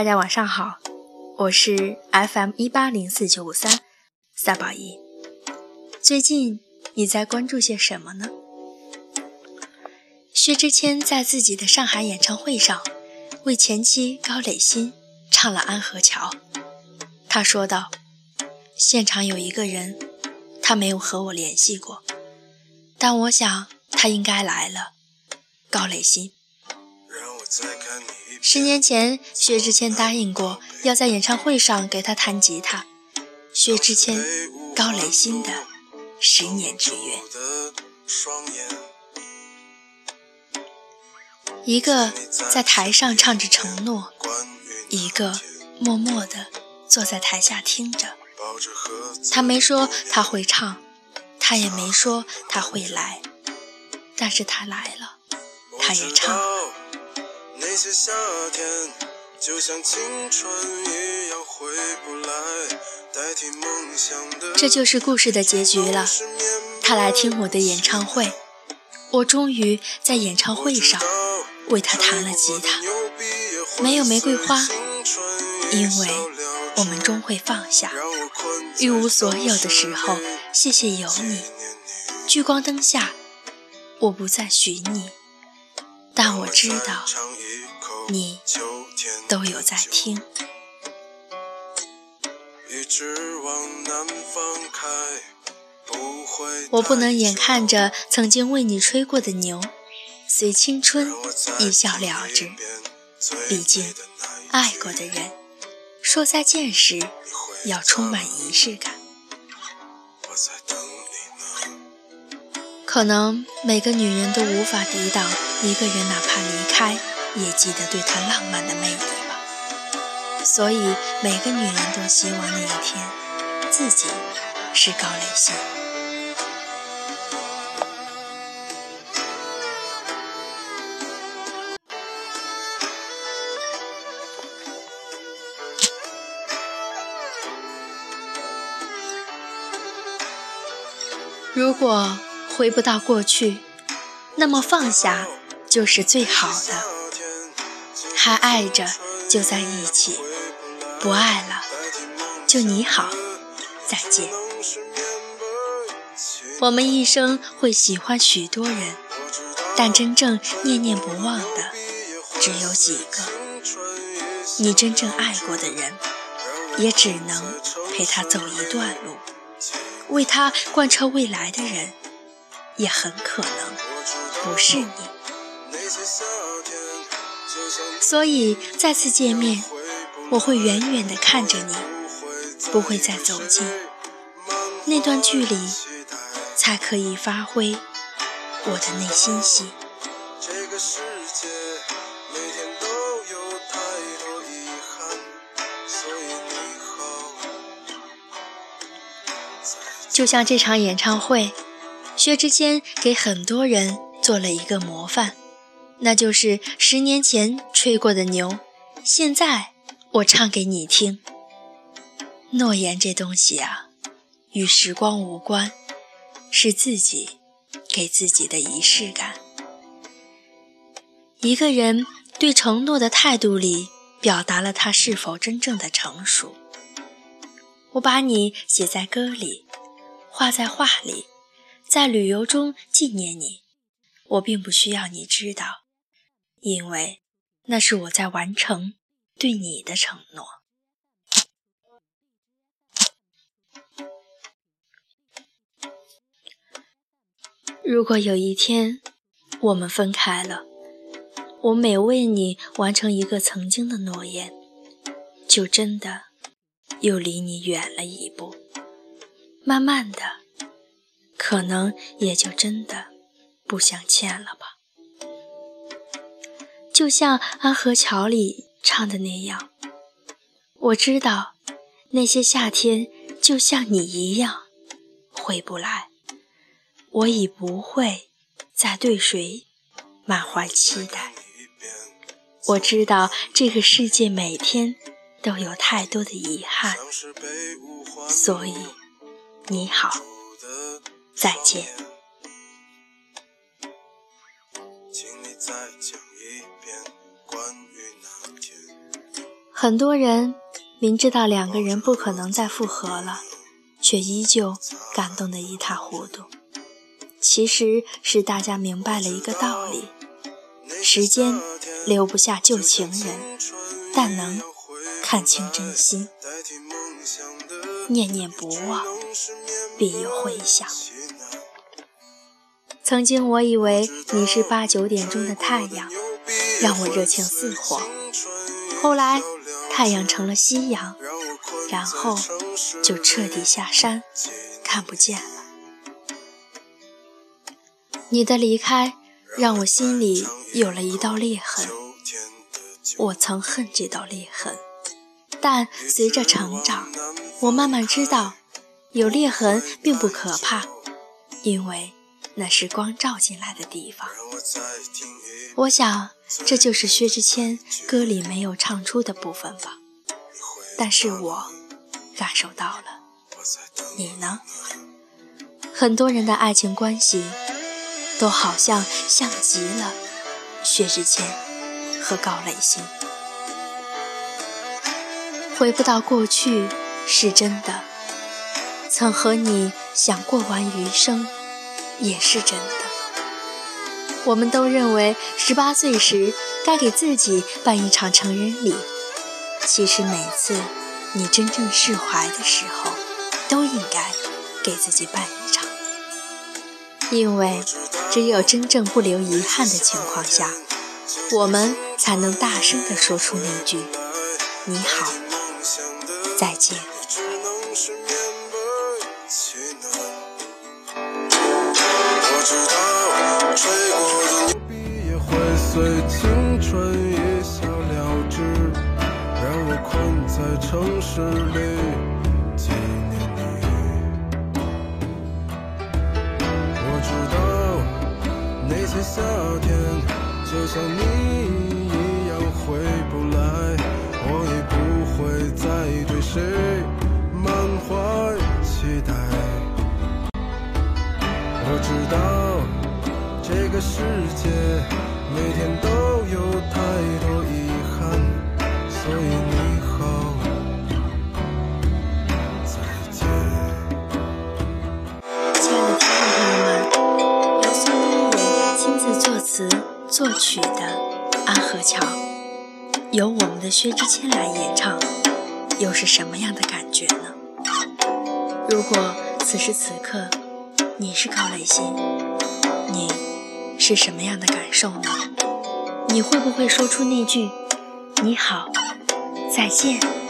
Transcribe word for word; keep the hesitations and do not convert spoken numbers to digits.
大家晚上好，我是 F M 一八零四九五三撒宝仪。最近你在关注些什么呢？薛之谦在自己的上海演唱会上为前妻高磊鑫唱了《安河桥》。他说道，现场有一个人，他没有和我联系过，但我想他应该来了。高磊鑫。十年前，薛之谦答应过要在演唱会上给他弹吉他。薛之谦、高磊鑫的十年之约，一个在台上唱着承诺，一个默默地坐在台下听着。他没说他会唱，他也没说他会来，但是他来了，他也唱了。那些夏天就像青春一样回不来，代替梦想的。这就是故事的结局了。他来听我的演唱会，我终于在演唱会上为他弹了吉他。没有玫瑰花，因为我们终会放下。一无所有的时候，谢谢有你。聚光灯下，我不再许你，但我知道你都有在听。我不能眼看着曾经为你吹过的牛随青春一笑了之，毕竟爱过的人说再见时要充满仪式感。可能每个女人都无法抵挡一个人哪怕离开也记得对他浪漫的魅力吧。所以每个女人都希望那一天自己是高磊鑫。如果回不到过去，那么放下就是最好的。还爱着就在一起，不爱了就你好，再见。我们一生会喜欢许多人，但真正念念不忘的只有几个。你真正爱过的人，也只能陪他走一段路。为他贯彻未来的人，也很可能不是你。所以再次见面，我会远远地看着你，不会再走近。那段距离才可以发挥我的内心戏。就像这场演唱会，薛之谦给很多人做了一个模范，那就是十年前吹过的牛，现在我唱给你听。诺言这东西啊，与时光无关，是自己给自己的仪式感。一个人对承诺的态度里，表达了他是否真正的成熟。我把你写在歌里，画在画里，在旅游中纪念你。我并不需要你知道，因为那是我在完成对你的承诺。如果有一天我们分开了，我每为你完成一个曾经的诺言，就真的又离你远了一步。慢慢的，可能也就真的不相欠了吧。就像安河桥里唱的那样，我知道那些夏天就像你一样回不来，我已不会再对谁满怀期待。我知道这个世界每天都有太多的遗憾，所以你好，再见。请你再讲一遍关于那天很多人明知道两个人不可能再复合了，却依旧感动得一塌糊涂。其实是大家明白了一个道理，时间留不下旧情人，但能看清真心。念念不忘，必有回响。曾经我以为你是八九点钟的太阳，让我热情似火。后来太阳成了夕阳，然后就彻底下山，看不见了。你的离开让我心里有了一道裂痕，我曾恨这道裂痕，但随着成长，我慢慢知道有裂痕并不可怕，因为那是光照进来的地方。我想这就是薛之谦歌里没有唱出的部分吧，但是我感受到了。你呢？很多人的爱情关系都好像像极了薛之谦和高磊鑫。回不到过去是真的，曾和你想过完余生也是真的。我们都认为十八岁时该给自己办一场成人礼，其实每次你真正释怀的时候，都应该给自己办一场。因为只有真正不留遗憾的情况下，我们才能大声地说出那句你好，再见。我知道吹过的笔也会随青春一笑了之，让我困在城市里纪念你。我知道那些夏天就像你一样回不来，我也不会再对谁满怀期待。我知道这个世界每天都有太多遗憾，所以你好，再见。亲爱的听众朋友们，由孙东野亲自作词作曲的《安河桥》，由我们的薛之谦来演唱，又是什么样的感觉呢？如果此时此刻你是高磊鑫，你是什么样的感受呢？你会不会说出那句你好，再见？